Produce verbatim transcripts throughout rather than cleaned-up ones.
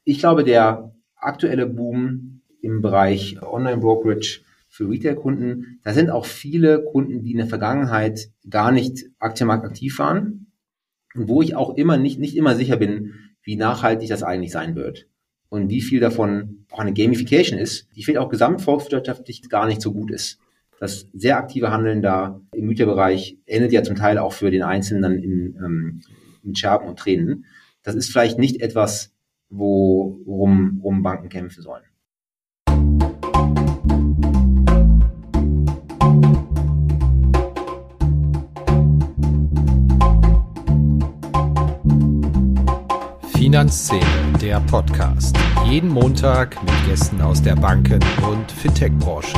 Ich glaube, der aktuelle Boom im Bereich Online-Brokerage für Retail-Kunden, da sind auch viele Kunden, die in der Vergangenheit gar nicht aktienmarktaktiv waren und wo ich auch immer nicht, nicht immer sicher bin, wie nachhaltig das eigentlich sein wird und wie viel davon auch eine Gamification ist, die vielleicht auch gesamtvolkswirtschaftlich gar nicht so gut ist. Das sehr aktive Handeln da im Güterbereich endet ja zum Teil auch für den Einzelnen dann in, ähm, in Scherben und Tränen. Das ist vielleicht nicht etwas, worum, worum Banken kämpfen sollen. Finanzszene, der Podcast. Jeden Montag mit Gästen aus der Banken- und Fintech-Branche.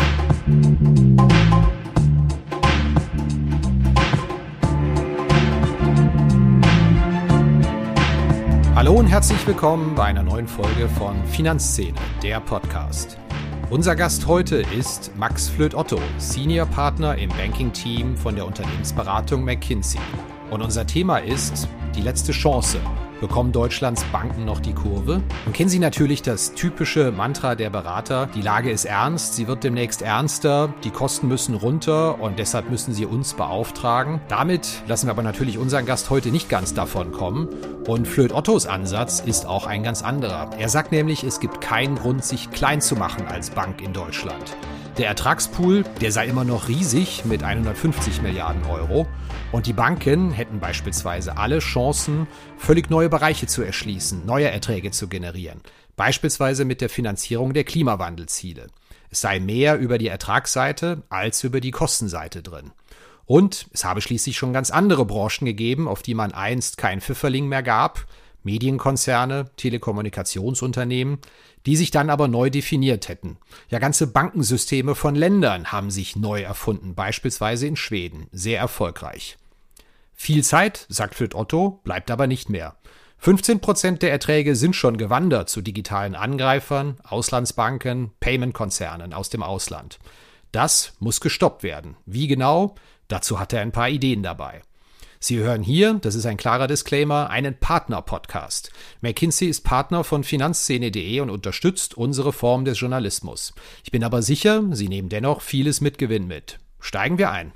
Hallo und herzlich willkommen bei einer neuen Folge von Finanzszene, der Podcast. Unser Gast heute ist Max Flöt-Otto, Senior Partner im Banking-Team von der Unternehmensberatung McKinsey. Und unser Thema ist die letzte Chance. Bekommen Deutschlands Banken noch die Kurve? Und kennen Sie natürlich das typische Mantra der Berater, die Lage ist ernst, sie wird demnächst ernster, die Kosten müssen runter und deshalb müssen Sie uns beauftragen. Damit lassen wir aber natürlich unseren Gast heute nicht ganz davon kommen. Und Flöt-Ottos Ansatz ist auch ein ganz anderer. Er sagt nämlich, es gibt keinen Grund, sich klein zu machen als Bank in Deutschland. Der Ertragspool, der sei immer noch riesig mit hundertfünfzig Milliarden Euro. Und die Banken hätten beispielsweise alle Chancen, völlig neue Bereiche zu erschließen, neue Erträge zu generieren. Beispielsweise mit der Finanzierung der Klimawandelziele. Es sei mehr über die Ertragsseite als über die Kostenseite drin. Und es habe schließlich schon ganz andere Branchen gegeben, auf die man einst kein Pfifferling mehr gab. Medienkonzerne, Telekommunikationsunternehmen, die sich dann aber neu definiert hätten. Ja, ganze Bankensysteme von Ländern haben sich neu erfunden, beispielsweise in Schweden, sehr erfolgreich. Viel Zeit, sagt Flöt-Otto, bleibt aber nicht mehr. fünfzehn Prozent der Erträge sind schon gewandert zu digitalen Angreifern, Auslandsbanken, Payment-Konzernen aus dem Ausland. Das muss gestoppt werden. Wie genau? Dazu hat er ein paar Ideen dabei. Sie hören hier, das ist ein klarer Disclaimer, einen Partner-Podcast. McKinsey ist Partner von Finanzszene punkt de und unterstützt unsere Form des Journalismus. Ich bin aber sicher, Sie nehmen dennoch vieles mit Gewinn mit. Steigen wir ein.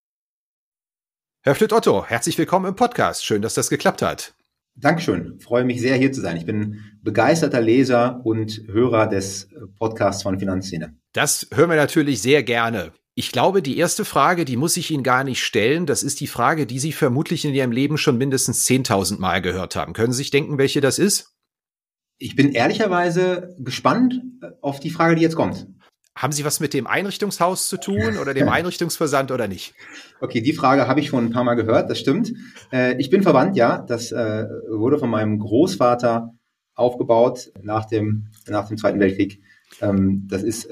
Herr Flöt-Otto, herzlich willkommen im Podcast. Schön, dass das geklappt hat. Dankeschön. Freue mich sehr, hier zu sein. Ich bin begeisterter Leser und Hörer des Podcasts von Finanzszene. Das hören wir natürlich sehr gerne. Ich glaube, die erste Frage, die muss ich Ihnen gar nicht stellen. Das ist die Frage, die Sie vermutlich in Ihrem Leben schon mindestens zehntausend Mal gehört haben. Können Sie sich denken, welche das ist? Ich bin ehrlicherweise gespannt auf die Frage, die jetzt kommt. Haben Sie was mit dem Einrichtungshaus zu tun oder dem Einrichtungsversand oder nicht? Okay, die Frage habe ich schon ein paar Mal gehört, das stimmt. Ich bin verwandt, ja. Das wurde von meinem Großvater aufgebaut nach dem, nach dem Zweiten Weltkrieg. Das ist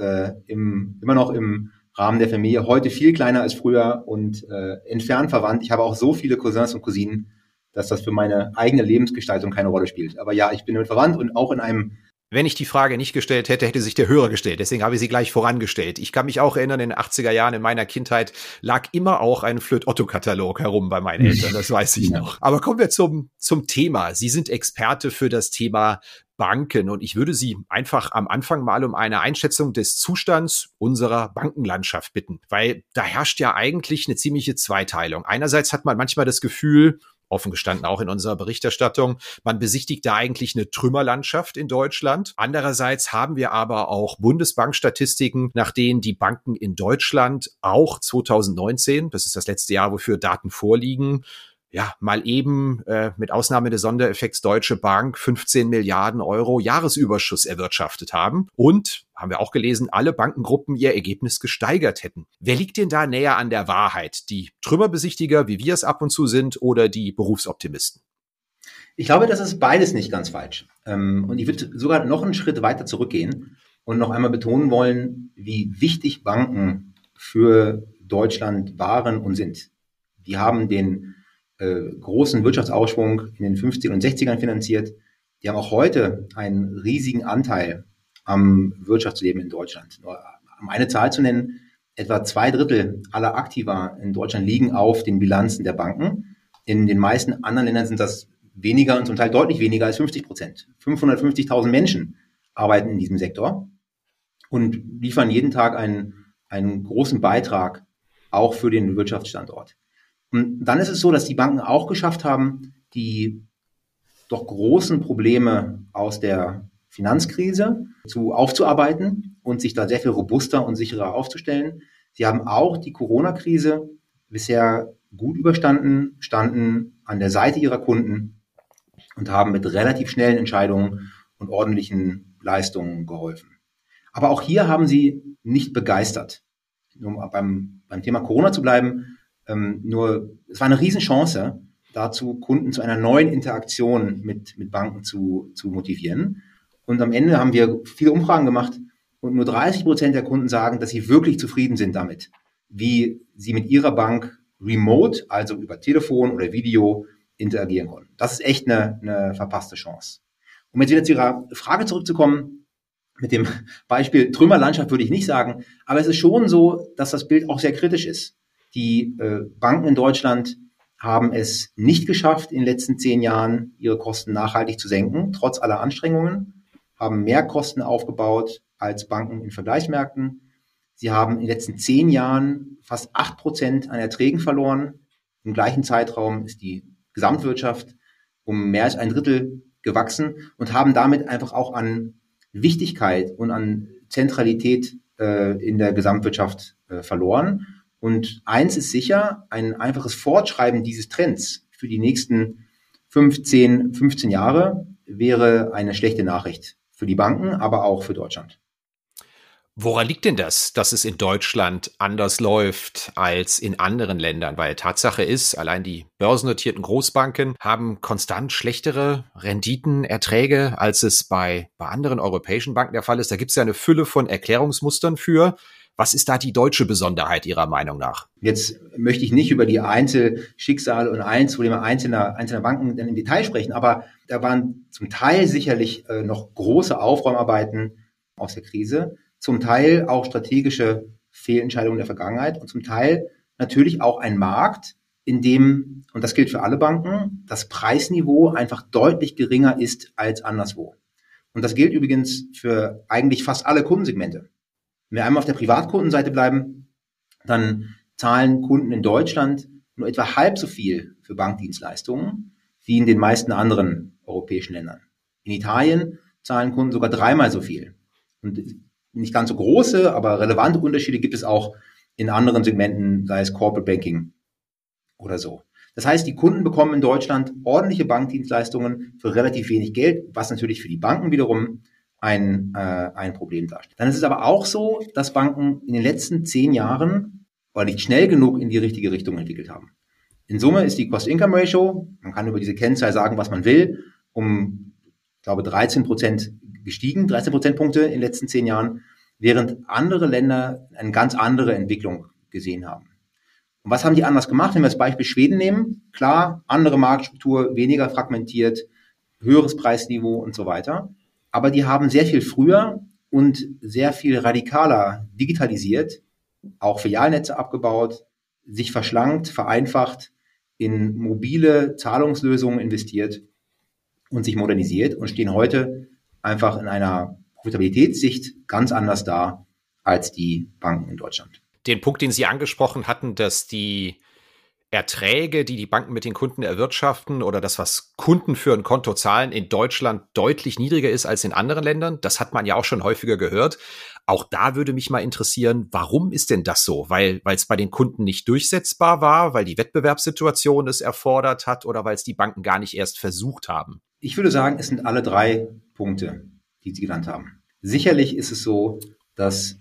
im, immer noch im Rahmen der Familie, heute viel kleiner als früher und äh, entfernt verwandt. Ich habe auch so viele Cousins und Cousinen, dass das für meine eigene Lebensgestaltung keine Rolle spielt. Aber ja, ich bin damit verwandt und auch in einem... Wenn ich die Frage nicht gestellt hätte, hätte sich der Hörer gestellt. Deswegen habe ich sie gleich vorangestellt. Ich kann mich auch erinnern, in den achtziger Jahren in meiner Kindheit lag immer auch ein Flöt-Otto-Katalog herum bei meinen Eltern. Das weiß ich noch. Aber kommen wir zum, zum Thema. Sie sind Experte für das Thema Banken und ich würde Sie einfach am Anfang mal um eine Einschätzung des Zustands unserer Bankenlandschaft bitten, weil da herrscht ja eigentlich eine ziemliche Zweiteilung. Einerseits hat man manchmal das Gefühl, offen gestanden auch in unserer Berichterstattung, man besichtigt da eigentlich eine Trümmerlandschaft in Deutschland. Andererseits haben wir aber auch Bundesbankstatistiken, nach denen die Banken in Deutschland auch zweitausendneunzehn, das ist das letzte Jahr, wofür Daten vorliegen, ja, mal eben äh, mit Ausnahme des Sondereffekts Deutsche Bank fünfzehn Milliarden Euro Jahresüberschuss erwirtschaftet haben und, haben wir auch gelesen, alle Bankengruppen ihr Ergebnis gesteigert hätten. Wer liegt denn da näher an der Wahrheit? Die Trümmerbesichtiger, wie wir es ab und zu sind, oder die Berufsoptimisten? Ich glaube, das ist beides nicht ganz falsch. Und ich würde sogar noch einen Schritt weiter zurückgehen und noch einmal betonen wollen, wie wichtig Banken für Deutschland waren und sind. Die haben den Äh, großen Wirtschaftsaufschwung in den fünfzigern und sechzigern finanziert. Die haben auch heute einen riesigen Anteil am Wirtschaftsleben in Deutschland. Nur, um eine Zahl zu nennen, etwa zwei Drittel aller Aktiva in Deutschland liegen auf den Bilanzen der Banken. In den meisten anderen Ländern sind das weniger und zum Teil deutlich weniger als fünfzig Prozent. fünfhundertfünfzigtausend Menschen arbeiten in diesem Sektor und liefern jeden Tag einen, einen großen Beitrag auch für den Wirtschaftsstandort. Und dann ist es so, dass die Banken auch geschafft haben, die doch großen Probleme aus der Finanzkrise zu aufzuarbeiten und sich da sehr viel robuster und sicherer aufzustellen. Sie haben auch die Corona-Krise bisher gut überstanden, standen an der Seite ihrer Kunden und haben mit relativ schnellen Entscheidungen und ordentlichen Leistungen geholfen. Aber auch hier haben sie nicht begeistert. Um beim, beim Thema Corona zu bleiben, ähm, nur, es war eine Riesenchance, dazu Kunden zu einer neuen Interaktion mit, mit Banken zu, zu motivieren. Und am Ende haben wir viele Umfragen gemacht und nur dreißig Prozent der Kunden sagen, dass sie wirklich zufrieden sind damit, wie sie mit ihrer Bank remote, also über Telefon oder Video, interagieren konnten. Das ist echt eine, eine verpasste Chance. Um jetzt wieder zu Ihrer Frage zurückzukommen, mit dem Beispiel Trümmerlandschaft würde ich nicht sagen, aber es ist schon so, dass das Bild auch sehr kritisch ist. Die äh, Banken in Deutschland haben es nicht geschafft, in den letzten zehn Jahren ihre Kosten nachhaltig zu senken, trotz aller Anstrengungen, haben mehr Kosten aufgebaut als Banken in Vergleichsmärkten. Sie haben in den letzten zehn Jahren fast acht Prozent an Erträgen verloren. Im gleichen Zeitraum ist die Gesamtwirtschaft um mehr als ein Drittel gewachsen und haben damit einfach auch an Wichtigkeit und an Zentralität äh, in der Gesamtwirtschaft äh, verloren. Und eins ist sicher, ein einfaches Fortschreiben dieses Trends für die nächsten fünfzehn, fünfzehn Jahre wäre eine schlechte Nachricht für die Banken, aber auch für Deutschland. Woran liegt denn das, dass es in Deutschland anders läuft als in anderen Ländern? Weil Tatsache ist, allein die börsennotierten Großbanken haben konstant schlechtere Renditen, Erträge, als es bei, bei anderen europäischen Banken der Fall ist. Da gibt es ja eine Fülle von Erklärungsmustern für. Was ist da die deutsche Besonderheit Ihrer Meinung nach? Jetzt möchte ich nicht über die Einzelschicksale und Einzelprobleme einzelner, einzelner Banken dann im Detail sprechen, aber da waren zum Teil sicherlich äh, noch große Aufräumarbeiten aus der Krise, zum Teil auch strategische Fehlentscheidungen der Vergangenheit und zum Teil natürlich auch ein Markt, in dem, und das gilt für alle Banken, das Preisniveau einfach deutlich geringer ist als anderswo. Und das gilt übrigens für eigentlich fast alle Kundensegmente. Wenn wir einmal auf der Privatkundenseite bleiben, dann zahlen Kunden in Deutschland nur etwa halb so viel für Bankdienstleistungen wie in den meisten anderen europäischen Ländern. In Italien zahlen Kunden sogar dreimal so viel. Und nicht ganz so große, aber relevante Unterschiede gibt es auch in anderen Segmenten, sei es Corporate Banking oder so. Das heißt, die Kunden bekommen in Deutschland ordentliche Bankdienstleistungen für relativ wenig Geld, was natürlich für die Banken wiederum ein, äh, ein Problem darstellt. Dann ist es aber auch so, dass Banken in den letzten zehn Jahren oder nicht schnell genug in die richtige Richtung entwickelt haben. In Summe ist die Cost-Income-Ratio, man kann über diese Kennzahl sagen, was man will, um, ich glaube, dreizehn Prozent gestiegen, dreizehn Prozentpunkte in den letzten zehn Jahren, während andere Länder eine ganz andere Entwicklung gesehen haben. Und was haben die anders gemacht? Wenn wir das Beispiel Schweden nehmen, klar, andere Marktstruktur, weniger fragmentiert, höheres Preisniveau und so weiter. Aber die haben sehr viel früher und sehr viel radikaler digitalisiert, auch Filialnetze abgebaut, sich verschlankt, vereinfacht, in mobile Zahlungslösungen investiert und sich modernisiert und stehen heute einfach in einer Profitabilitätssicht ganz anders da als die Banken in Deutschland. Den Punkt, den Sie angesprochen hatten, dass die Erträge, die die Banken mit den Kunden erwirtschaften oder das, was Kunden für ein Konto zahlen, in Deutschland deutlich niedriger ist als in anderen Ländern. Das hat man ja auch schon häufiger gehört. Auch da würde mich mal interessieren, warum ist denn das so? Weil weil es bei den Kunden nicht durchsetzbar war, weil die Wettbewerbssituation es erfordert hat oder weil es die Banken gar nicht erst versucht haben? Ich würde sagen, es sind alle drei Punkte, die Sie genannt haben. Sicherlich ist es so, dass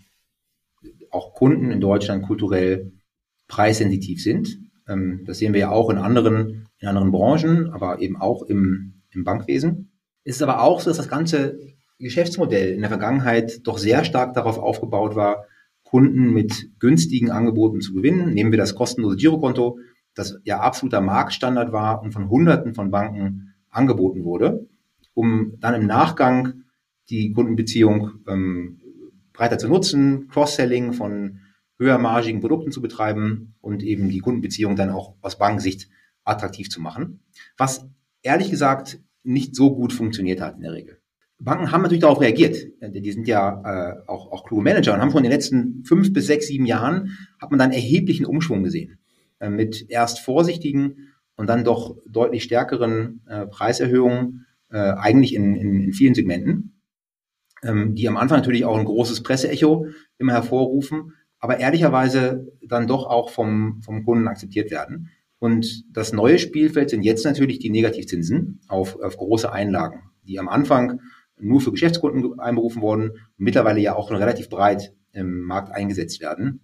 auch Kunden in Deutschland kulturell preissensitiv sind. Das sehen wir ja auch in anderen, in anderen Branchen, aber eben auch im, im Bankwesen. Es ist aber auch so, dass das ganze Geschäftsmodell in der Vergangenheit doch sehr stark darauf aufgebaut war, Kunden mit günstigen Angeboten zu gewinnen. Nehmen wir das kostenlose Girokonto, das ja absoluter Marktstandard war und von Hunderten von Banken angeboten wurde, um dann im Nachgang die Kundenbeziehung ähm, breiter zu nutzen, Cross-Selling von höhermargigen Produkten zu betreiben und eben die Kundenbeziehung dann auch aus Bankensicht attraktiv zu machen. Was ehrlich gesagt nicht so gut funktioniert hat in der Regel. Banken haben natürlich darauf reagiert. Die sind ja äh, auch, auch kluge Manager und haben schon in den letzten fünf bis sechs, sieben Jahren hat man dann erheblichen Umschwung gesehen. Äh, mit erst vorsichtigen und dann doch deutlich stärkeren äh, Preiserhöhungen, äh, eigentlich in, in, in vielen Segmenten, ähm, die am Anfang natürlich auch ein großes Presseecho immer hervorrufen, aber ehrlicherweise dann doch auch vom, vom Kunden akzeptiert werden. Und das neue Spielfeld sind jetzt natürlich die Negativzinsen auf, auf große Einlagen, die am Anfang nur für Geschäftskunden einberufen wurden und mittlerweile ja auch relativ breit im Markt eingesetzt werden,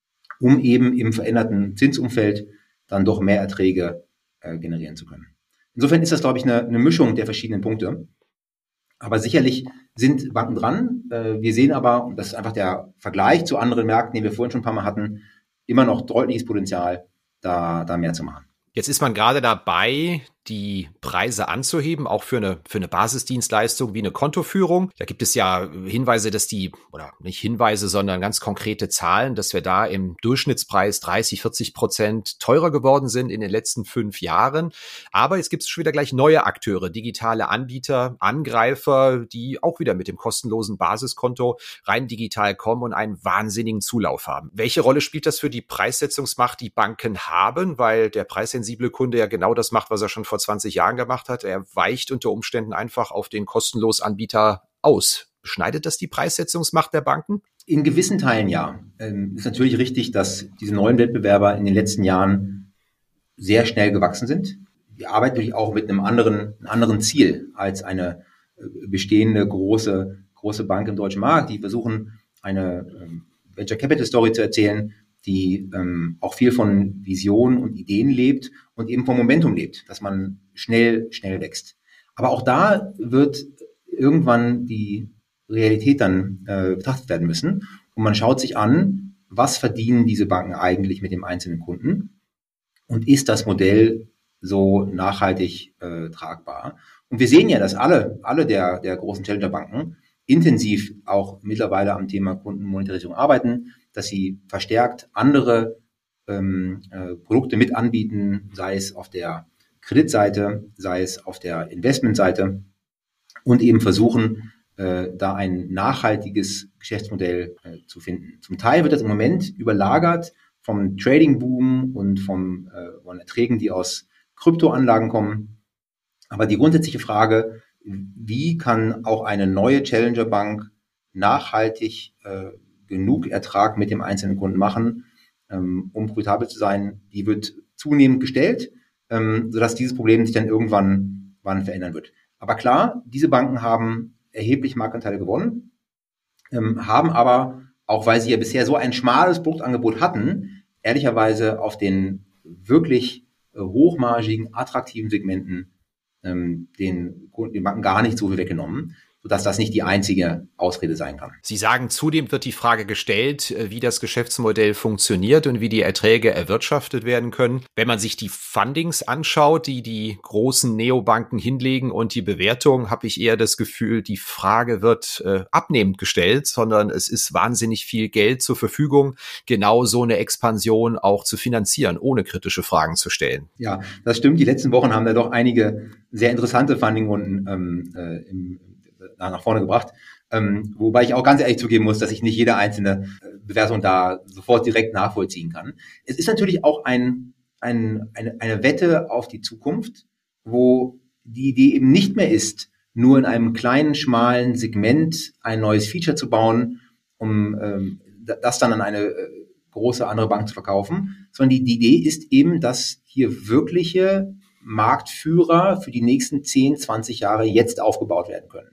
um eben im veränderten Zinsumfeld dann doch mehr Erträge äh, generieren zu können. Insofern ist das, glaube ich, eine, eine Mischung der verschiedenen Punkte. Aber sicherlich sind Banken dran. Äh, wir sehen aber, und das ist einfach der Vergleich zu anderen Märkten, den wir vorhin schon ein paar Mal hatten, immer noch deutliches Potenzial, da, da mehr zu machen. Jetzt ist man gerade dabei, die Preise anzuheben, auch für eine, für eine Basisdienstleistung wie eine Kontoführung. Da gibt es ja Hinweise, dass die, oder nicht Hinweise, sondern ganz konkrete Zahlen, dass wir da im Durchschnittspreis dreißig, vierzig Prozent teurer geworden sind in den letzten fünf Jahren. Aber jetzt gibt es schon wieder gleich neue Akteure, digitale Anbieter, Angreifer, die auch wieder mit dem kostenlosen Basiskonto rein digital kommen und einen wahnsinnigen Zulauf haben. Welche Rolle spielt das für die Preissetzungsmacht, die Banken haben? Weil der preissensible Kunde ja genau das macht, was er schon vor zwanzig Jahren gemacht hat. Er weicht unter Umständen einfach auf den kostenlosen Anbieter aus. Beschneidet das die Preissetzungsmacht der Banken? In gewissen Teilen ja. Ähm, ist natürlich richtig, dass diese neuen Wettbewerber in den letzten Jahren sehr schnell gewachsen sind. Die arbeiten natürlich auch mit einem anderen, einem anderen Ziel als eine bestehende große, große Bank im deutschen Markt. Die versuchen, eine ähm, Venture Capital Story zu erzählen, die ähm, auch viel von Visionen und Ideen lebt und eben vom Momentum lebt, dass man schnell, schnell wächst. Aber auch da wird irgendwann die Realität dann äh, betrachtet werden müssen und man schaut sich an, was verdienen diese Banken eigentlich mit dem einzelnen Kunden und ist das Modell so nachhaltig äh, tragbar? Und wir sehen ja, dass alle, alle der, der großen Challenger-Banken intensiv auch mittlerweile am Thema Kundenmonetarisierung arbeiten, dass sie verstärkt andere ähm, äh, Produkte mit anbieten, sei es auf der Kreditseite, sei es auf der Investmentseite und eben versuchen, äh, da ein nachhaltiges Geschäftsmodell äh, zu finden. Zum Teil wird das im Moment überlagert vom Trading-Boom und vom, äh, von Erträgen, die aus Kryptoanlagen kommen. Aber die grundsätzliche Frage, wie kann auch eine neue Challenger-Bank nachhaltig äh, genug Ertrag mit dem einzelnen Kunden machen, ähm, um profitabel zu sein, die wird zunehmend gestellt, ähm, sodass dieses Problem sich dann irgendwann wann verändern wird. Aber klar, diese Banken haben erheblich Marktanteile gewonnen, ähm, haben aber, auch weil sie ja bisher so ein schmales Produktangebot hatten, ehrlicherweise auf den wirklich äh, hochmargigen, attraktiven Segmenten ähm, den, den Banken gar nicht so viel weggenommen, sodass das nicht die einzige Ausrede sein kann. Sie sagen, zudem wird die Frage gestellt, wie das Geschäftsmodell funktioniert und wie die Erträge erwirtschaftet werden können. Wenn man sich die Fundings anschaut, die die großen Neobanken hinlegen und die Bewertung, habe ich eher das Gefühl, die Frage wird äh, abnehmend gestellt, sondern es ist wahnsinnig viel Geld zur Verfügung, genau so eine Expansion auch zu finanzieren, ohne kritische Fragen zu stellen. Ja, das stimmt. Die letzten Wochen haben da doch einige sehr interessante Fundingrunden ähm, äh, im nach vorne gebracht, ähm, wobei ich auch ganz ehrlich zugeben muss, dass ich nicht jede einzelne Bewertung da sofort direkt nachvollziehen kann. Es ist natürlich auch ein, ein, eine, eine Wette auf die Zukunft, wo die Idee eben nicht mehr ist, nur in einem kleinen, schmalen Segment ein neues Feature zu bauen, um ähm, das dann an eine äh, große andere Bank zu verkaufen, sondern die, die Idee ist eben, dass hier wirkliche Marktführer für die nächsten zehn, zwanzig Jahre jetzt aufgebaut werden können.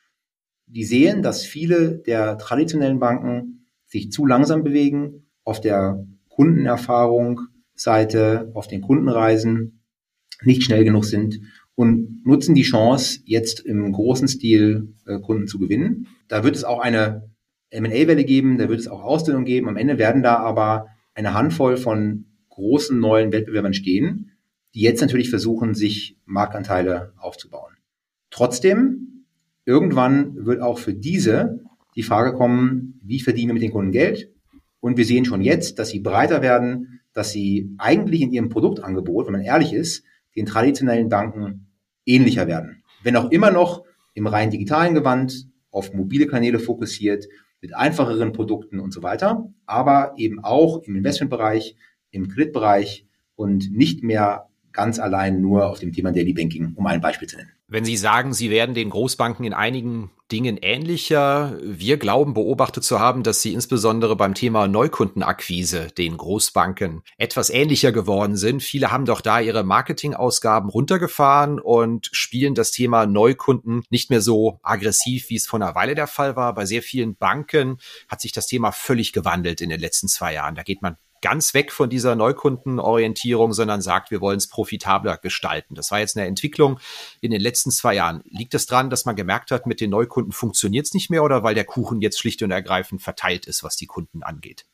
Die sehen, dass viele der traditionellen Banken sich zu langsam bewegen, auf der Kundenerfahrungsseite, auf den Kundenreisen nicht schnell genug sind und nutzen die Chance, jetzt im großen Stil äh, Kunden zu gewinnen. Da wird es auch eine M und A-Welle geben, da wird es auch Ausdehnung geben. Am Ende werden da aber eine Handvoll von großen neuen Wettbewerbern stehen, die jetzt natürlich versuchen, sich Marktanteile aufzubauen. Trotzdem, irgendwann wird auch für diese die Frage kommen, wie verdienen wir mit den Kunden Geld? Und wir sehen schon jetzt, dass sie breiter werden, dass sie eigentlich in ihrem Produktangebot, wenn man ehrlich ist, den traditionellen Banken ähnlicher werden. Wenn auch immer noch im rein digitalen Gewand, auf mobile Kanäle fokussiert, mit einfacheren Produkten und so weiter, aber eben auch im Investmentbereich, im Kreditbereich und nicht mehr ganz allein nur auf dem Thema Daily Banking, um ein Beispiel zu nennen. Wenn Sie sagen, Sie werden den Großbanken in einigen Dingen ähnlicher, wir glauben beobachtet zu haben, dass Sie insbesondere beim Thema Neukundenakquise den Großbanken etwas ähnlicher geworden sind. Viele haben doch da ihre Marketingausgaben runtergefahren und spielen das Thema Neukunden nicht mehr so aggressiv, wie es vor einer Weile der Fall war. Bei sehr vielen Banken hat sich das Thema völlig gewandelt in den letzten zwei Jahren. Da geht man ganz weg von dieser Neukundenorientierung, sondern sagt, wir wollen es profitabler gestalten. Das war jetzt eine Entwicklung in den letzten zwei Jahren. Liegt es daran, dass man gemerkt hat, mit den Neukunden funktioniert es nicht mehr oder weil der Kuchen jetzt schlicht und ergreifend verteilt ist, was die Kunden angeht?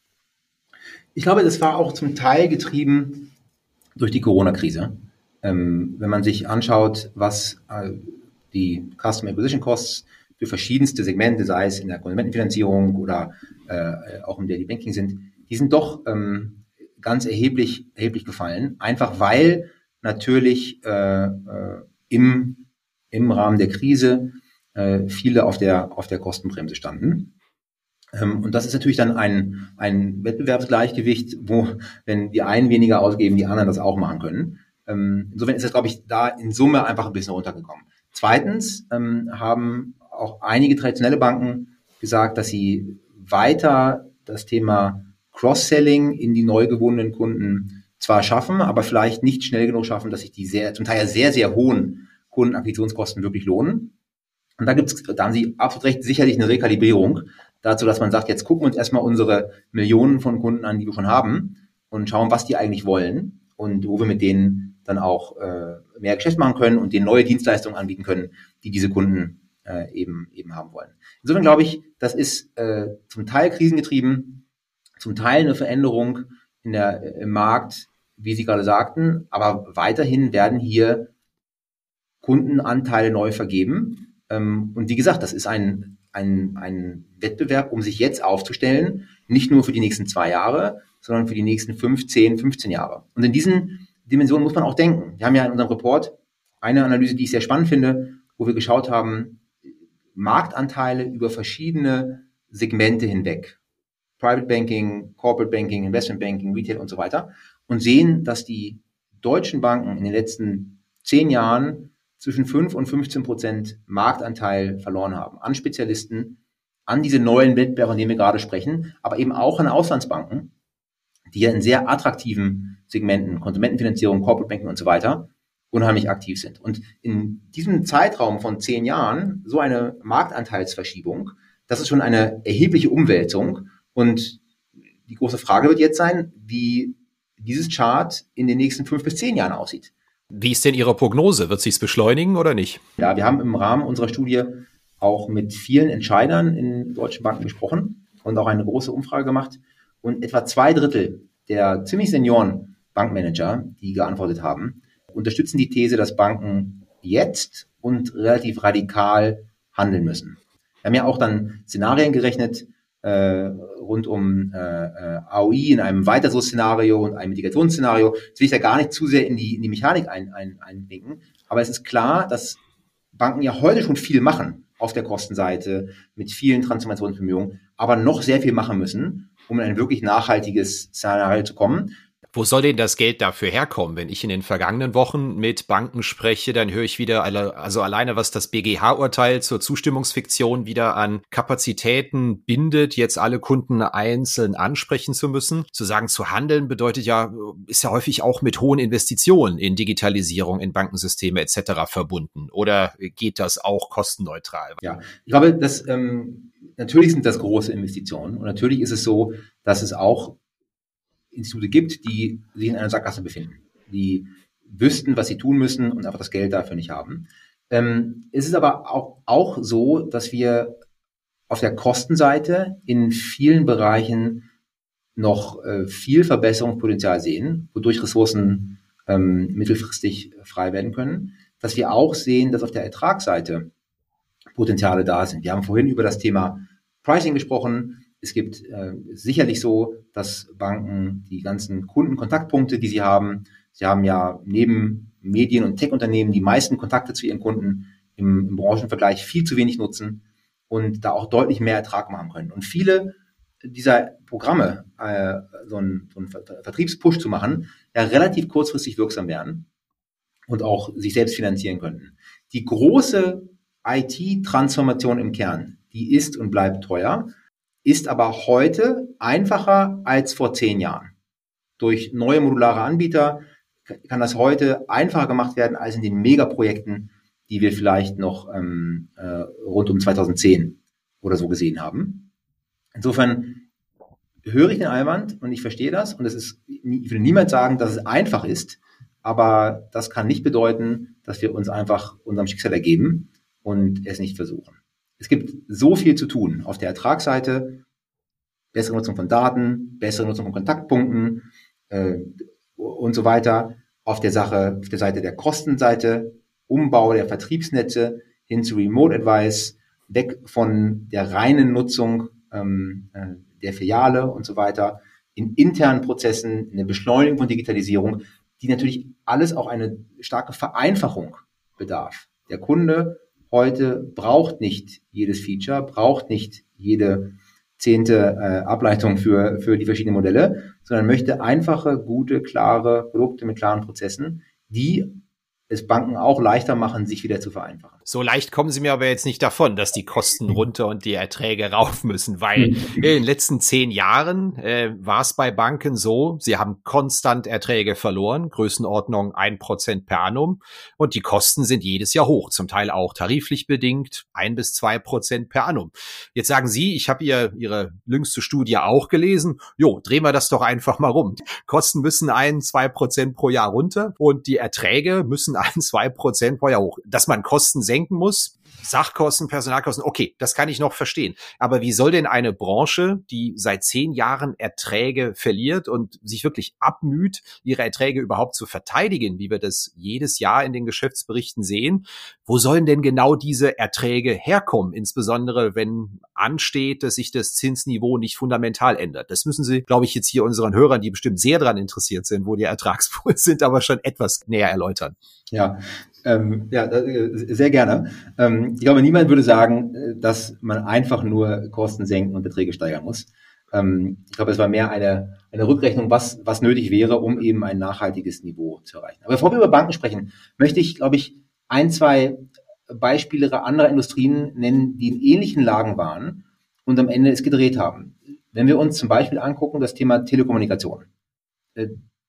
Ich glaube, das war auch zum Teil getrieben durch die Corona-Krise. Ähm, wenn man sich anschaut, was äh, die Customer Acquisition Costs für verschiedenste Segmente, sei es in der Konsumentenfinanzierung oder äh, auch im Daily Banking sind, die sind doch ähm, ganz erheblich, erheblich gefallen, einfach weil natürlich äh, äh, im, im Rahmen der Krise äh, viele auf der, auf der Kostenbremse standen. Ähm, und das ist natürlich dann ein, ein Wettbewerbsgleichgewicht, wo, wenn die einen weniger ausgeben, die anderen das auch machen können. Ähm, insofern ist das, glaube ich, da in Summe einfach ein bisschen runtergekommen. Zweitens ähm, haben auch einige traditionelle Banken gesagt, dass sie weiter das Thema Cross-Selling in die neu gewonnenen Kunden zwar schaffen, aber vielleicht nicht schnell genug schaffen, dass sich die sehr, zum Teil sehr, sehr hohen Kundenakquisitionskosten wirklich lohnen. Und da gibt's, da haben Sie absolut recht, sicherlich eine Rekalibrierung dazu, dass man sagt, jetzt gucken wir uns erstmal unsere Millionen von Kunden an, die wir schon haben und schauen, was die eigentlich wollen und wo wir mit denen dann auch äh, mehr Geschäft machen können und denen neue Dienstleistungen anbieten können, die diese Kunden äh, eben, eben haben wollen. Insofern glaube ich, das ist äh, zum Teil krisengetrieben, zum Teil eine Veränderung in der, im Markt, wie Sie gerade sagten, aber weiterhin werden hier Kundenanteile neu vergeben. Und wie gesagt, das ist ein, ein, ein Wettbewerb, um sich jetzt aufzustellen, nicht nur für die nächsten zwei Jahre, sondern für die nächsten fünf, zehn, fünfzehn Jahre. Und in diesen Dimensionen muss man auch denken. Wir haben ja in unserem Report eine Analyse, die ich sehr spannend finde, wo wir geschaut haben, Marktanteile über verschiedene Segmente hinweg. Private Banking, Corporate Banking, Investment Banking, Retail und so weiter und sehen, dass die deutschen Banken in den letzten zehn Jahren zwischen fünf und fünfzehn Prozent Marktanteil verloren haben an Spezialisten, an diese neuen Wettbewerber, von denen wir gerade sprechen, aber eben auch an Auslandsbanken, die ja in sehr attraktiven Segmenten, Konsumentenfinanzierung, Corporate Banking und so weiter, unheimlich aktiv sind. Und in diesem Zeitraum von zehn Jahren so eine Marktanteilsverschiebung, das ist schon eine erhebliche Umwälzung. Und die große Frage wird jetzt sein, wie dieses Chart in den nächsten fünf bis zehn Jahren aussieht. Wie ist denn Ihre Prognose? Wird sich's beschleunigen oder nicht? Ja, wir haben im Rahmen unserer Studie auch mit vielen Entscheidern in deutschen Banken gesprochen und auch eine große Umfrage gemacht. Und etwa zwei Drittel der ziemlich senioren Bankmanager, die geantwortet haben, unterstützen die These, dass Banken jetzt und relativ radikal handeln müssen. Wir haben ja auch dann Szenarien gerechnet, Äh, rund um äh, A O I in einem Weiter-so-Szenario und einem Mitigationsszenario. Jetzt will ich da gar nicht zu sehr in die, in die Mechanik ein, ein, einbringen. Aber es ist klar, dass Banken ja heute schon viel machen auf der Kostenseite mit vielen Transformationsbemühungen, aber noch sehr viel machen müssen, um in ein wirklich nachhaltiges Szenario zu kommen. Wo soll denn das Geld dafür herkommen? Wenn ich in den vergangenen Wochen mit Banken spreche, dann höre ich wieder, alle, also alleine was das B G H-Urteil zur Zustimmungsfiktion wieder an Kapazitäten bindet, jetzt alle Kunden einzeln ansprechen zu müssen. Zu sagen, zu handeln bedeutet ja, ist ja häufig auch mit hohen Investitionen in Digitalisierung, in Bankensysteme et cetera verbunden. Oder geht das auch kostenneutral? Ja, ich glaube, dass ähm, natürlich sind das große Investitionen und natürlich ist es so, dass es auch Institute gibt, die sich in einer Sackgasse befinden, die wüssten, was sie tun müssen und einfach das Geld dafür nicht haben. Ähm, es ist aber auch, auch so, dass wir auf der Kostenseite in vielen Bereichen noch äh, viel Verbesserungspotenzial sehen, wodurch Ressourcen ähm, mittelfristig frei werden können. Dass wir auch sehen, dass auf der Ertragsseite Potenziale da sind. Wir haben vorhin über das Thema Pricing gesprochen. Es gibt äh, sicherlich so, dass Banken die ganzen Kundenkontaktpunkte, die sie haben, sie haben ja neben Medien- und Tech-Unternehmen die meisten Kontakte zu ihren Kunden im, im Branchenvergleich viel zu wenig nutzen und da auch deutlich mehr Ertrag machen können. Und viele dieser Programme, äh, so einen so einen Vertriebspush zu machen, ja relativ kurzfristig wirksam werden und auch sich selbst finanzieren könnten. Die große I T-Transformation im Kern, die ist und bleibt teuer, ist aber heute einfacher als vor zehn Jahren. Durch neue modulare Anbieter kann das heute einfacher gemacht werden als in den Megaprojekten, die wir vielleicht noch ähm, äh, rund um zweitausendzehn oder so gesehen haben. Insofern höre ich den Einwand und ich verstehe das und es ist, ich will niemals sagen, dass es einfach ist, aber das kann nicht bedeuten, dass wir uns einfach unserem Schicksal ergeben und es nicht versuchen. Es gibt so viel zu tun auf der Ertragsseite, bessere Nutzung von Daten, bessere Nutzung von Kontaktpunkten äh, und so weiter. Auf der Sache, auf der Seite der Kostenseite, Umbau der Vertriebsnetze hin zu Remote Advice, weg von der reinen Nutzung ähm, äh, der Filiale und so weiter, in internen Prozessen, in der Beschleunigung von Digitalisierung, die natürlich alles auch eine starke Vereinfachung bedarf. Der Kunde heute braucht nicht jedes Feature, braucht nicht jede zehnte äh, Ableitung für, für die verschiedenen Modelle, sondern möchte einfache, gute, klare Produkte mit klaren Prozessen, die es Banken auch leichter machen, sich wieder zu vereinfachen. So leicht kommen Sie mir aber jetzt nicht davon, dass die Kosten runter und die Erträge rauf müssen, weil in den letzten zehn Jahren äh, war es bei Banken so, sie haben konstant Erträge verloren, Größenordnung ein Prozent per annum und die Kosten sind jedes Jahr hoch, zum Teil auch tariflich bedingt, ein bis zwei Prozent per annum. Jetzt sagen Sie, ich habe ihr, Ihre jüngste Studie auch gelesen, jo, drehen wir das doch einfach mal rum. Kosten müssen ein, zwei Prozent pro Jahr runter und die Erträge müssen ein, zwei Prozent pro Jahr hoch. Dass man Kosten senken muss, Sachkosten, Personalkosten, okay, das kann ich noch verstehen. Aber wie soll denn eine Branche, die seit zehn Jahren Erträge verliert und sich wirklich abmüht, ihre Erträge überhaupt zu verteidigen, wie wir das jedes Jahr in den Geschäftsberichten sehen, wo sollen denn genau diese Erträge herkommen? Insbesondere, wenn ansteht, dass sich das Zinsniveau nicht fundamental ändert. Das müssen Sie, glaube ich, jetzt hier unseren Hörern, die bestimmt sehr daran interessiert sind, wo die Ertragspools sind, aber schon etwas näher erläutern. Ja, ähm, ja, sehr gerne. Ähm, ich glaube, niemand würde sagen, dass man einfach nur Kosten senken und Beträge steigern muss. Ähm, ich glaube, es war mehr eine, eine Rückrechnung, was, was nötig wäre, um eben ein nachhaltiges Niveau zu erreichen. Aber bevor wir über Banken sprechen, möchte ich, glaube ich, ein, zwei Beispiele anderer Industrien nennen, die in ähnlichen Lagen waren und am Ende es gedreht haben. Wenn wir uns zum Beispiel angucken, das Thema Telekommunikation. Äh,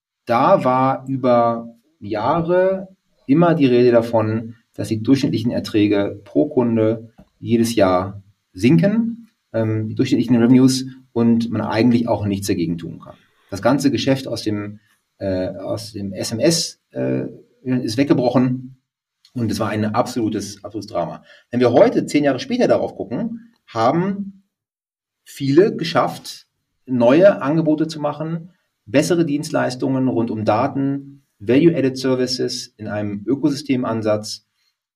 da war über Jahre immer die Rede davon, dass die durchschnittlichen Erträge pro Kunde jedes Jahr sinken, ähm, die durchschnittlichen Revenues, und man eigentlich auch nichts dagegen tun kann. Das ganze Geschäft aus dem, äh, aus dem S M S äh, ist weggebrochen und es war ein absolutes, absolutes Drama. Wenn wir heute, zehn Jahre später darauf gucken, haben viele geschafft, neue Angebote zu machen, bessere Dienstleistungen rund um Daten, Value-Added Services in einem Ökosystemansatz,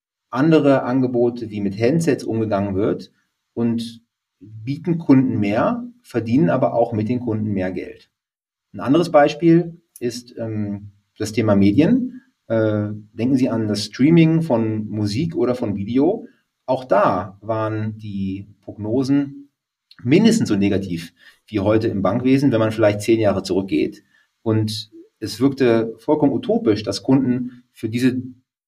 andere Angebote, wie mit Handsets umgegangen wird und bieten Kunden mehr, verdienen aber auch mit den Kunden mehr Geld. Ein anderes Beispiel ist ähm, das Thema Medien. Äh, denken Sie an das Streaming von Musik oder von Video. Auch da waren die Prognosen mindestens so negativ wie heute im Bankwesen, wenn man vielleicht zehn Jahre zurückgeht. Und es wirkte vollkommen utopisch, dass Kunden für diese,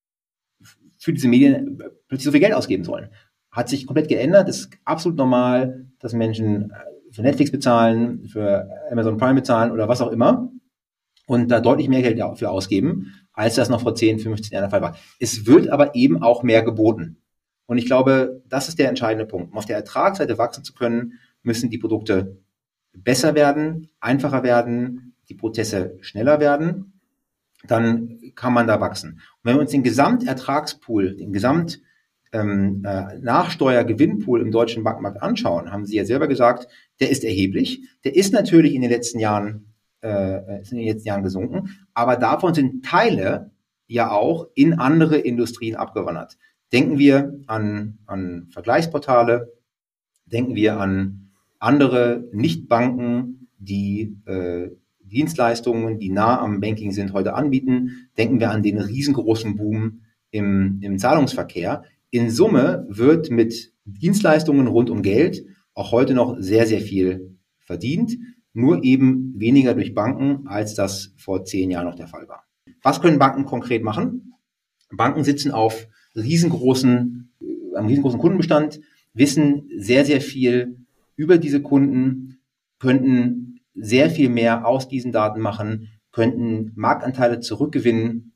für diese Medien plötzlich so viel Geld ausgeben sollen. Hat sich komplett geändert. Es ist absolut normal, dass Menschen für Netflix bezahlen, für Amazon Prime bezahlen oder was auch immer und da deutlich mehr Geld für ausgeben, als das noch vor zehn, fünfzehn Jahren der Fall war. Es wird aber eben auch mehr geboten. Und ich glaube, das ist der entscheidende Punkt. Um auf der Ertragsseite wachsen zu können, müssen die Produkte besser werden, einfacher werden, die Prozesse schneller werden, dann kann man da wachsen. Und wenn wir uns den Gesamtertragspool, den Gesamt ähm, äh, Nachsteuergewinnpool im deutschen Bankenmarkt anschauen, haben Sie ja selber gesagt, der ist erheblich. Der ist natürlich in den letzten Jahren, äh, ist in den letzten Jahren gesunken, aber davon sind Teile ja auch in andere Industrien abgewandert. Denken wir an, an Vergleichsportale, denken wir an andere Nichtbanken, die äh, Dienstleistungen, die nah am Banking sind, heute anbieten. Denken wir an den riesengroßen Boom im, im Zahlungsverkehr. In Summe wird mit Dienstleistungen rund um Geld auch heute noch sehr, sehr viel verdient, nur eben weniger durch Banken, als das vor zehn Jahren noch der Fall war. Was können Banken konkret machen? Banken sitzen auf riesengroßen, äh, einem riesengroßen Kundenbestand, wissen sehr, sehr viel über diese Kunden, könnten sehr viel mehr aus diesen Daten machen, könnten Marktanteile zurückgewinnen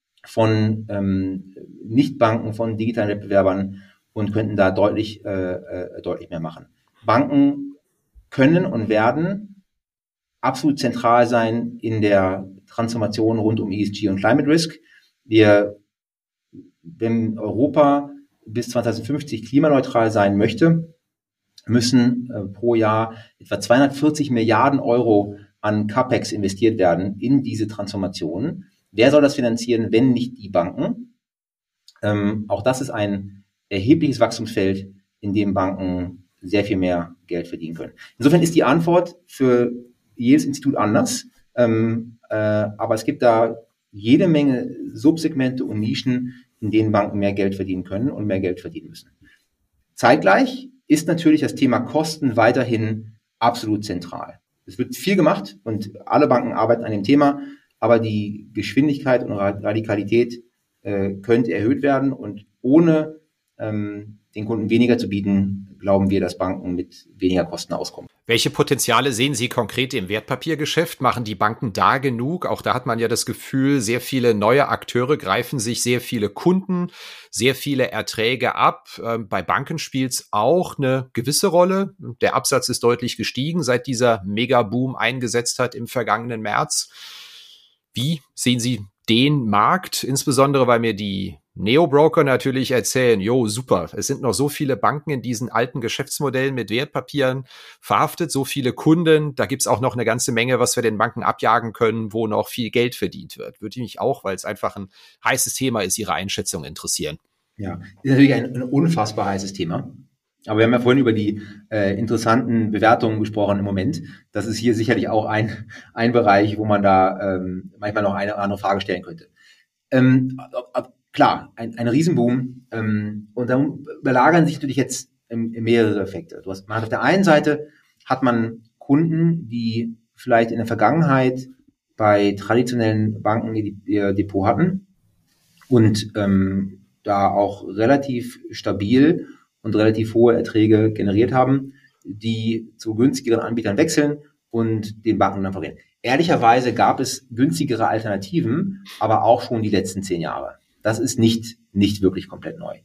von ähm, Nichtbanken, von digitalen Wettbewerbern und könnten da deutlich, äh, äh, deutlich mehr machen. Banken können und werden absolut zentral sein in der Transformation rund um E S G und Climate Risk. Wir, wenn Europa bis zweitausendfünfzig klimaneutral sein möchte, müssen äh, pro Jahr etwa zweihundertvierzig Milliarden Euro an CapEx investiert werden in diese Transformation. Wer soll das finanzieren, wenn nicht die Banken? Ähm, auch das ist ein erhebliches Wachstumsfeld, in dem Banken sehr viel mehr Geld verdienen können. Insofern ist die Antwort für jedes Institut anders, ähm, äh, aber es gibt da jede Menge Subsegmente und Nischen, in denen Banken mehr Geld verdienen können und mehr Geld verdienen müssen. Zeitgleich ist natürlich das Thema Kosten weiterhin absolut zentral. Es wird viel gemacht und alle Banken arbeiten an dem Thema, aber die Geschwindigkeit und Radikalität äh, könnte erhöht werden und ohne ähm, den Kunden weniger zu bieten, glauben wir, dass Banken mit weniger Kosten auskommen. Welche Potenziale sehen Sie konkret im Wertpapiergeschäft? Machen die Banken da genug? Auch da hat man ja das Gefühl, sehr viele neue Akteure greifen sich sehr viele Kunden, sehr viele Erträge ab. Ähm, bei Banken spielt es auch eine gewisse Rolle. Der Absatz ist deutlich gestiegen, seit dieser Megaboom eingesetzt hat im vergangenen März. Wie sehen Sie den Markt, insbesondere weil mir die Neo-Broker natürlich erzählen, jo, super, es sind noch so viele Banken in diesen alten Geschäftsmodellen mit Wertpapieren verhaftet, so viele Kunden, da gibt's auch noch eine ganze Menge, was wir den Banken abjagen können, wo noch viel Geld verdient wird. Würde mich auch, weil es einfach ein heißes Thema ist, Ihre Einschätzung interessieren. Ja, ist natürlich ein, ein unfassbar heißes Thema. Aber wir haben ja vorhin über die äh, interessanten Bewertungen gesprochen im Moment. Das ist hier sicherlich auch ein, ein Bereich, wo man da ähm, manchmal noch eine oder andere Frage stellen könnte. Ähm, ob, ob, klar, ein, ein Riesenboom. Ähm, und dann überlagern sich natürlich jetzt ähm, mehrere Effekte. Du hast, man hat auf der einen Seite hat man Kunden, die vielleicht in der Vergangenheit bei traditionellen Banken ihr, ihr Depot hatten und ähm, da auch relativ stabil und relativ hohe Erträge generiert haben, die zu günstigeren Anbietern wechseln und den Banken dann verlieren. Ehrlicherweise gab es günstigere Alternativen, aber auch schon die letzten zehn Jahre. Das ist nicht, nicht wirklich komplett neu.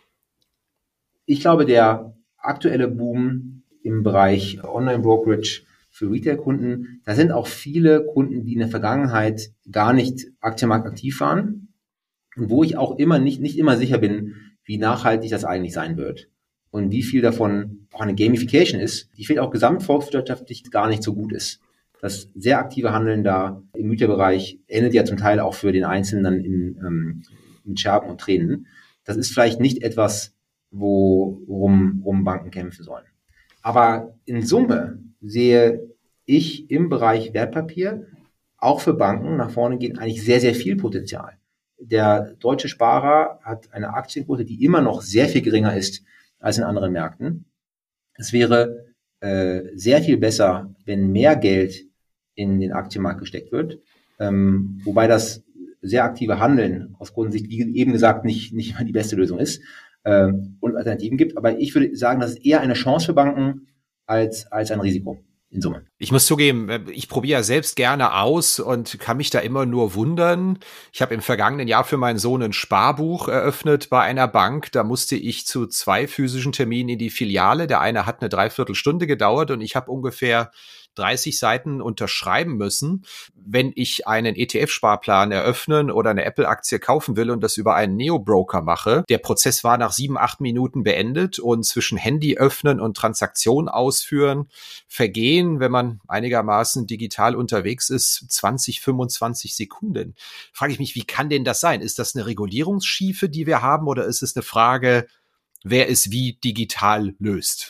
Ich glaube, der aktuelle Boom im Bereich Online-Brokerage für Retail-Kunden, da sind auch viele Kunden, die in der Vergangenheit gar nicht aktienmarktaktiv waren und wo ich auch immer nicht, nicht immer sicher bin, wie nachhaltig das eigentlich sein wird. Und wie viel davon auch eine Gamification ist, die vielleicht auch gesamtvolkswirtschaftlich gar nicht so gut ist. Das sehr aktive Handeln da im Güterbereich endet ja zum Teil auch für den Einzelnen dann in, ähm, mit Scherben und Tränen. Das ist vielleicht nicht etwas, wo, worum, worum Banken kämpfen sollen. Aber in Summe sehe ich im Bereich Wertpapier auch für Banken nach vorne geht eigentlich sehr, sehr viel Potenzial. Der deutsche Sparer hat eine Aktienquote, die immer noch sehr viel geringer ist als in anderen Märkten. Es wäre äh, sehr viel besser, wenn mehr Geld in den Aktienmarkt gesteckt wird, ähm, wobei das sehr aktive Handeln aus Kundensicht, wie eben gesagt, nicht nicht mal die beste Lösung ist äh, und Alternativen gibt. Aber ich würde sagen, das ist eher eine Chance für Banken als als ein Risiko. In Summe. Ich muss zugeben, ich probiere ja selbst gerne aus und kann mich da immer nur wundern. Ich habe im vergangenen Jahr für meinen Sohn ein Sparbuch eröffnet bei einer Bank. Da musste ich zu zwei physischen Terminen in die Filiale. Der eine hat eine Dreiviertelstunde gedauert und ich habe ungefähr dreißig Seiten unterschreiben müssen, wenn ich einen E T F-Sparplan eröffnen oder eine Apple-Aktie kaufen will und das über einen Neo-Broker mache. Der Prozess war nach sieben, acht Minuten beendet und zwischen Handy öffnen und Transaktion ausführen vergehen, wenn man einigermaßen digital unterwegs ist, zwanzig, fünfundzwanzig Sekunden. Frage ich mich, wie kann denn das sein? Ist das eine Regulierungsschiefe, die wir haben, oder ist es eine Frage, wer es wie digital löst?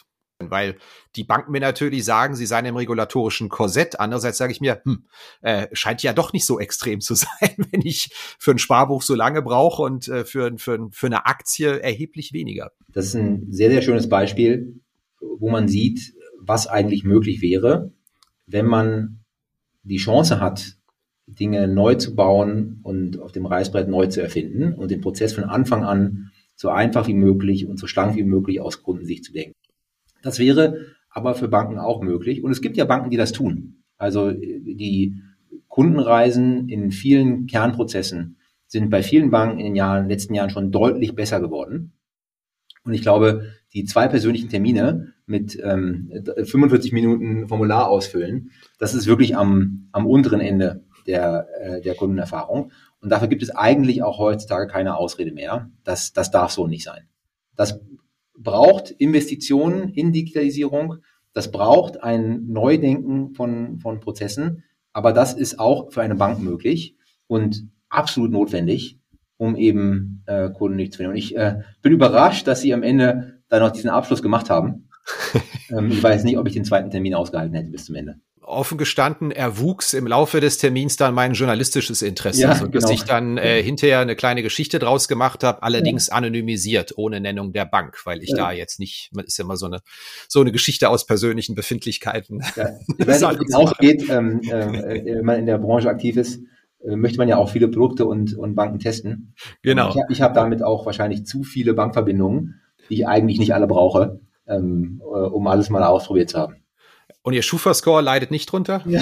Weil die Banken mir natürlich sagen, sie seien im regulatorischen Korsett. Andererseits sage ich mir, hm, äh, scheint ja doch nicht so extrem zu sein, wenn ich für ein Sparbuch so lange brauche und äh, für, für, für eine Aktie erheblich weniger. Das ist ein sehr, sehr schönes Beispiel, wo man sieht, was eigentlich möglich wäre, wenn man die Chance hat, Dinge neu zu bauen und auf dem Reißbrett neu zu erfinden und den Prozess von Anfang an so einfach wie möglich und so schlank wie möglich aus Kundensicht zu denken. Das wäre aber für Banken auch möglich. Und es gibt ja Banken, die das tun. Also die Kundenreisen in vielen Kernprozessen sind bei vielen Banken in den Jahren, in den letzten Jahren schon deutlich besser geworden. Und ich glaube, die zwei persönlichen Termine mit ähm, fünfundvierzig Minuten Formular ausfüllen, das ist wirklich am, am unteren Ende der, äh, der Kundenerfahrung. Und dafür gibt es eigentlich auch heutzutage keine Ausrede mehr. Das, das darf so nicht sein. Das braucht Investitionen in Digitalisierung. Das braucht ein Neudenken von, von Prozessen. Aber das ist auch für eine Bank möglich und absolut notwendig, um eben äh, Kunden nicht zu finden. Und ich äh, bin überrascht, dass Sie am Ende da noch diesen Abschluss gemacht haben. ähm, ich weiß nicht, ob ich den zweiten Termin ausgehalten hätte bis zum Ende. Offen gestanden, erwuchs im Laufe des Termins dann mein journalistisches Interesse, ja, sodass genau. ich dann äh, hinterher eine kleine Geschichte draus gemacht habe, allerdings ja. anonymisiert, ohne Nennung der Bank, weil ich ja. da jetzt nicht, man ist ja immer so eine so eine Geschichte aus persönlichen Befindlichkeiten. Ja. Ich weiß nicht, ob es auch geht, ähm, äh, wenn man in der Branche aktiv ist, äh, möchte man ja auch viele Produkte und, und Banken testen. Genau. Und ich, ich habe damit auch wahrscheinlich zu viele Bankverbindungen, die ich eigentlich nicht alle brauche, ähm, um alles mal ausprobiert zu haben. Und Ihr Schufa-Score leidet nicht drunter? Ja,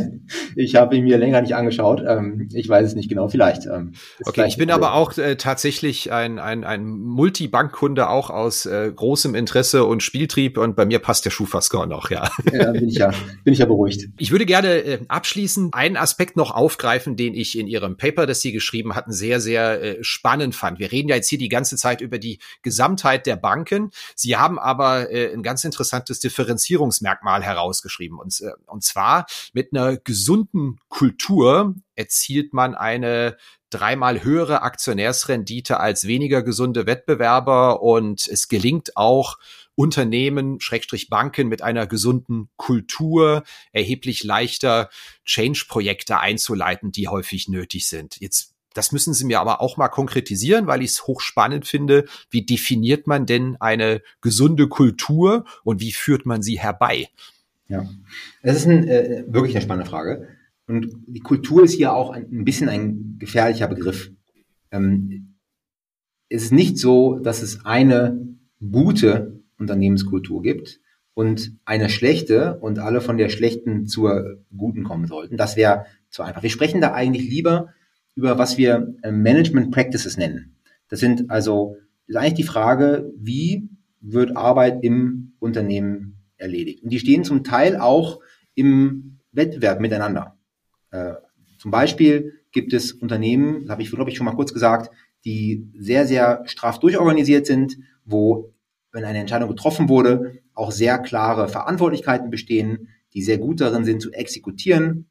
ich habe ihn mir länger nicht angeschaut. Ähm, ich weiß es nicht genau, vielleicht. Ähm, okay, vielleicht ich bin aber auch äh, tatsächlich ein, ein, ein Multibankkunde, auch aus äh, großem Interesse und Spieltrieb. Und bei mir passt der Schufa-Score noch, ja. Ja, bin ich ja, bin ich ja beruhigt. Ich würde gerne äh, abschließend einen Aspekt noch aufgreifen, den ich in Ihrem Paper, das Sie geschrieben hatten, sehr, sehr äh, spannend fand. Wir reden ja jetzt hier die ganze Zeit über die Gesamtheit der Banken. Sie haben aber äh, ein ganz interessantes Differenzierungsmerkmal heraus geschrieben. Und, und zwar mit einer gesunden Kultur erzielt man eine dreimal höhere Aktionärsrendite als weniger gesunde Wettbewerber und es gelingt auch Unternehmen, Schrägstrich Banken mit einer gesunden Kultur erheblich leichter Change-Projekte einzuleiten, die häufig nötig sind. Jetzt Das müssen Sie mir aber auch mal konkretisieren, weil ich es hochspannend finde. Wie definiert man denn eine gesunde Kultur und wie führt man sie herbei? Ja, das ist ein, äh, wirklich eine spannende Frage. Und die Kultur ist hier auch ein, ein bisschen ein gefährlicher Begriff. Ähm, es ist nicht so, dass es eine gute Unternehmenskultur gibt und eine schlechte und alle von der schlechten zur guten kommen sollten. Das wäre zu einfach. Wir sprechen da eigentlich lieber über was wir äh, Management Practices nennen. Das sind also, das ist eigentlich die Frage, wie wird Arbeit im Unternehmen erledigt. Und die stehen zum Teil auch im Wettbewerb miteinander. Äh, zum Beispiel gibt es Unternehmen, das habe ich, glaube ich, schon mal kurz gesagt, die sehr, sehr straff durchorganisiert sind, wo, wenn eine Entscheidung getroffen wurde, auch sehr klare Verantwortlichkeiten bestehen, die sehr gut darin sind, zu exekutieren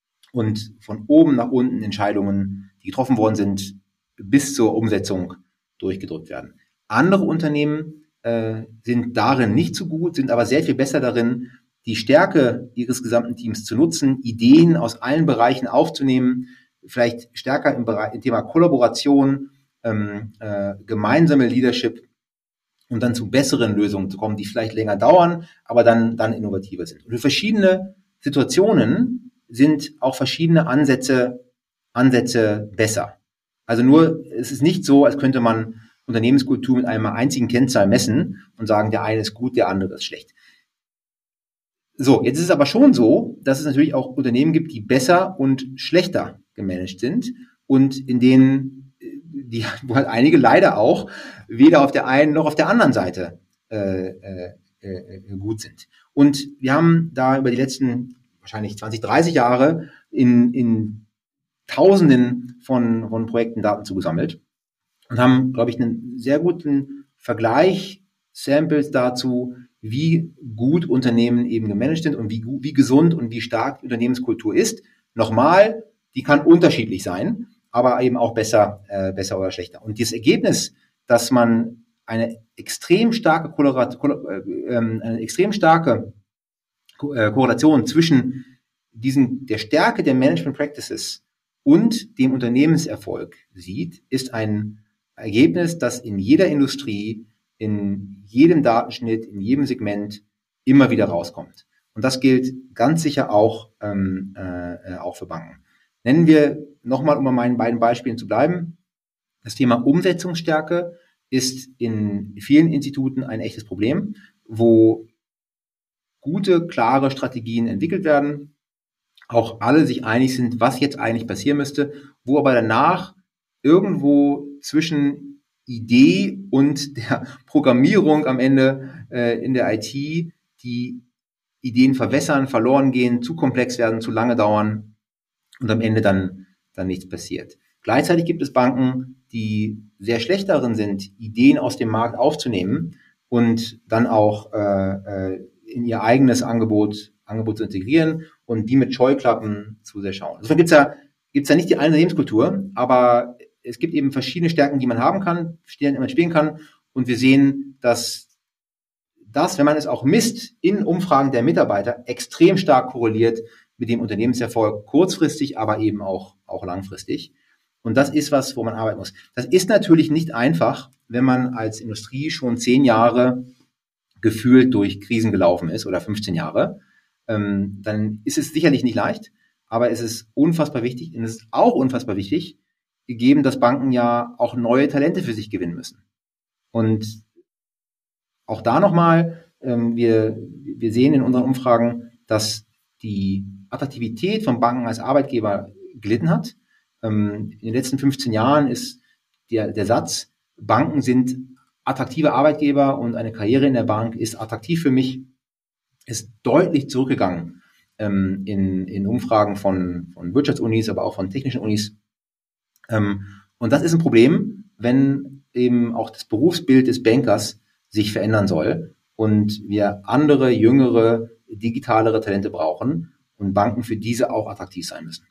und von oben nach unten Entscheidungen, die getroffen worden sind, bis zur Umsetzung durchgedrückt werden. Andere Unternehmen äh, sind darin nicht so gut, sind aber sehr viel besser darin, die Stärke ihres gesamten Teams zu nutzen, Ideen aus allen Bereichen aufzunehmen, vielleicht stärker im, Bereich, im Thema Kollaboration, ähm, äh, gemeinsame Leadership und dann zu besseren Lösungen zu kommen, die vielleicht länger dauern, aber dann, dann innovativer sind. Und für verschiedene Situationen sind auch verschiedene Ansätze, Ansätze besser. Also nur, es ist nicht so, als könnte man Unternehmenskultur mit einer einzigen Kennzahl messen und sagen, der eine ist gut, der andere ist schlecht. So, jetzt ist es aber schon so, dass es natürlich auch Unternehmen gibt, die besser und schlechter gemanagt sind und in denen, die, wo halt einige leider auch weder auf der einen noch auf der anderen Seite äh, äh, äh, gut sind. Und wir haben da über die letzten wahrscheinlich zwanzig, dreißig Jahre in, in Tausenden von, von Projekten Daten zugesammelt und haben, glaube ich, einen sehr guten Vergleich, Samples dazu, wie gut Unternehmen eben gemanagt sind und wie, wie gesund und wie stark die Unternehmenskultur ist. Nochmal, die kann unterschiedlich sein, aber eben auch besser, äh, besser oder schlechter. Und das Ergebnis, das man eine extrem starke Kolorat, äh, eine extrem starke Ko- äh, Korrelation zwischen diesen, der Stärke der Management Practices und dem Unternehmenserfolg sieht, ist ein Ergebnis, das in jeder Industrie, in jedem Datenschnitt, in jedem Segment immer wieder rauskommt. Und das gilt ganz sicher auch, ähm, äh, auch für Banken. Nennen wir nochmal, um bei meinen beiden Beispielen zu bleiben, das Thema Umsetzungsstärke ist in vielen Instituten ein echtes Problem, wo gute, klare Strategien entwickelt werden, auch alle sich einig sind, was jetzt eigentlich passieren müsste, wo aber danach irgendwo zwischen Idee und der Programmierung am Ende äh, in der I T die Ideen verwässern, verloren gehen, zu komplex werden, zu lange dauern und am Ende dann, dann nichts passiert. Gleichzeitig gibt es Banken, die sehr schlecht darin sind, Ideen aus dem Markt aufzunehmen und dann auch äh, in ihr eigenes Angebot, Angebot zu integrieren und die mit Scheuklappen zu sehr schauen. Insofern gibt's ja, gibt's ja nicht die eine Unternehmenskultur, aber es gibt eben verschiedene Stärken, die man haben kann, die man spielen kann. Und wir sehen, dass das, wenn man es auch misst, in Umfragen der Mitarbeiter extrem stark korreliert mit dem Unternehmenserfolg, kurzfristig, aber eben auch, auch langfristig. Und das ist was, wo man arbeiten muss. Das ist natürlich nicht einfach, wenn man als Industrie schon zehn Jahre gefühlt durch Krisen gelaufen ist oder fünfzehn Jahre. Ähm, dann ist es sicherlich nicht leicht, aber es ist unfassbar wichtig. Und es ist auch unfassbar wichtig, gegeben, dass Banken ja auch neue Talente für sich gewinnen müssen. Und auch da nochmal, ähm, wir, wir sehen in unseren Umfragen, dass die Attraktivität von Banken als Arbeitgeber gelitten hat. Ähm, in den letzten fünfzehn Jahren ist der, der Satz, Banken sind attraktive Arbeitgeber und eine Karriere in der Bank ist attraktiv für mich, ist deutlich zurückgegangen ähm, in, in Umfragen von, von Wirtschaftsunis, aber auch von technischen Unis. Ähm, und das ist ein Problem, wenn eben auch das Berufsbild des Bankers sich verändern soll und wir andere, jüngere, digitalere Talente brauchen und Banken für diese auch attraktiv sein müssen.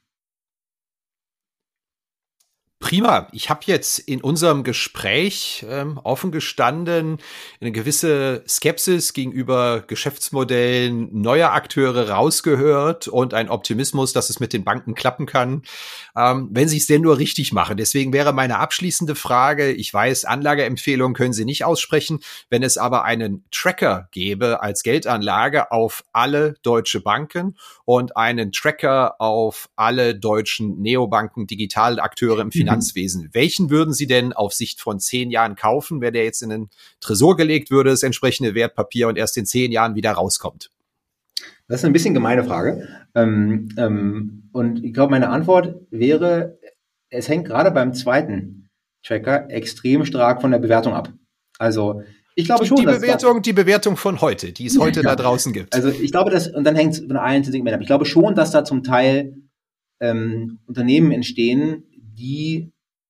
Prima. Ich habe jetzt in unserem Gespräch ähm, offen gestanden eine gewisse Skepsis gegenüber Geschäftsmodellen neuer Akteure rausgehört und ein Optimismus, dass es mit den Banken klappen kann, ähm, wenn sie es denn nur richtig machen. Deswegen wäre meine abschließende Frage, ich weiß, Anlageempfehlungen können Sie nicht aussprechen, wenn es aber einen Tracker gäbe als Geldanlage auf alle deutsche Banken und einen Tracker auf alle deutschen Neobanken, Digitalakteure im Finanzwesen. Finanzwesen. Welchen würden Sie denn auf Sicht von zehn Jahren kaufen, wenn der jetzt in den Tresor gelegt würde, das entsprechende Wertpapier und erst in zehn Jahren wieder rauskommt? Das ist ein bisschen gemeine Frage. Ähm, ähm, und ich glaube, meine Antwort wäre, es hängt gerade beim zweiten Tracker extrem stark von der Bewertung ab. Also ich glaube die, schon, die dass Bewertung, das, die Bewertung von heute, die es heute ja, da draußen gibt. Also ich glaube, dass, und dann hängt es von allen Segmenten ab. Ich glaube schon, dass da zum Teil ähm, Unternehmen entstehen, die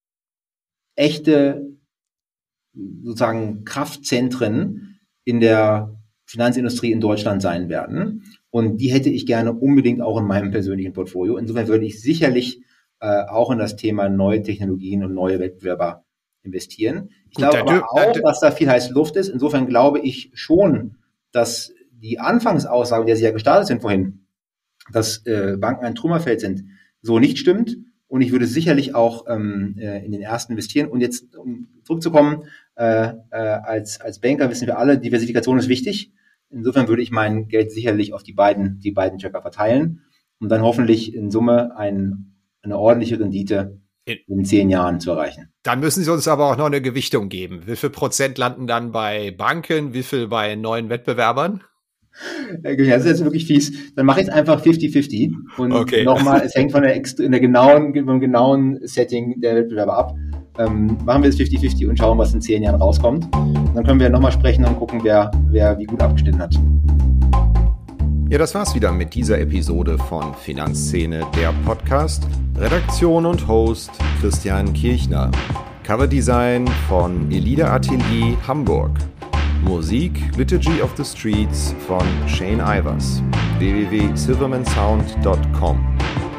echte sozusagen Kraftzentren in der Finanzindustrie in Deutschland sein werden. Und die hätte ich gerne unbedingt auch in meinem persönlichen Portfolio. Insofern würde ich sicherlich äh, auch in das Thema neue Technologien und neue Wettbewerber investieren. Ich Gut, glaube aber dürf, auch, dass da viel heiße Luft ist. Insofern glaube ich schon, dass die Anfangsaussage, der Sie ja gestartet sind vorhin, dass äh, Banken ein Trümmerfeld sind, so nicht stimmt. Und ich würde sicherlich auch ähm, in den ersten investieren. Und jetzt, um zurückzukommen, äh, äh, als als Banker wissen wir alle, Diversifikation ist wichtig. Insofern würde ich mein Geld sicherlich auf die beiden die beiden Tracker verteilen und dann hoffentlich in Summe ein, eine ordentliche Rendite in zehn Jahren zu erreichen. Dann müssen Sie uns aber auch noch eine Gewichtung geben. Wie viel Prozent landen dann bei Banken, wie viel bei neuen Wettbewerbern? Das ist jetzt wirklich fies. Dann mache ich jetzt einfach fifty fifty. Und okay. Nochmal, es hängt von der, in der genauen, vom genauen Setting der Wettbewerber ab. Ähm, machen wir jetzt fifty fifty und schauen, was in zehn Jahren rauskommt. Und dann können wir nochmal sprechen und gucken, wer, wer wie gut abgestimmt hat. Ja, das war's wieder mit dieser Episode von Finanzszene, der Podcast. Redaktion und Host Christian Kirchner. Coverdesign von Elida Atelier Hamburg. Musik Liturgy of the Streets von Shane Ivers. w w w punkt silverman sound punkt com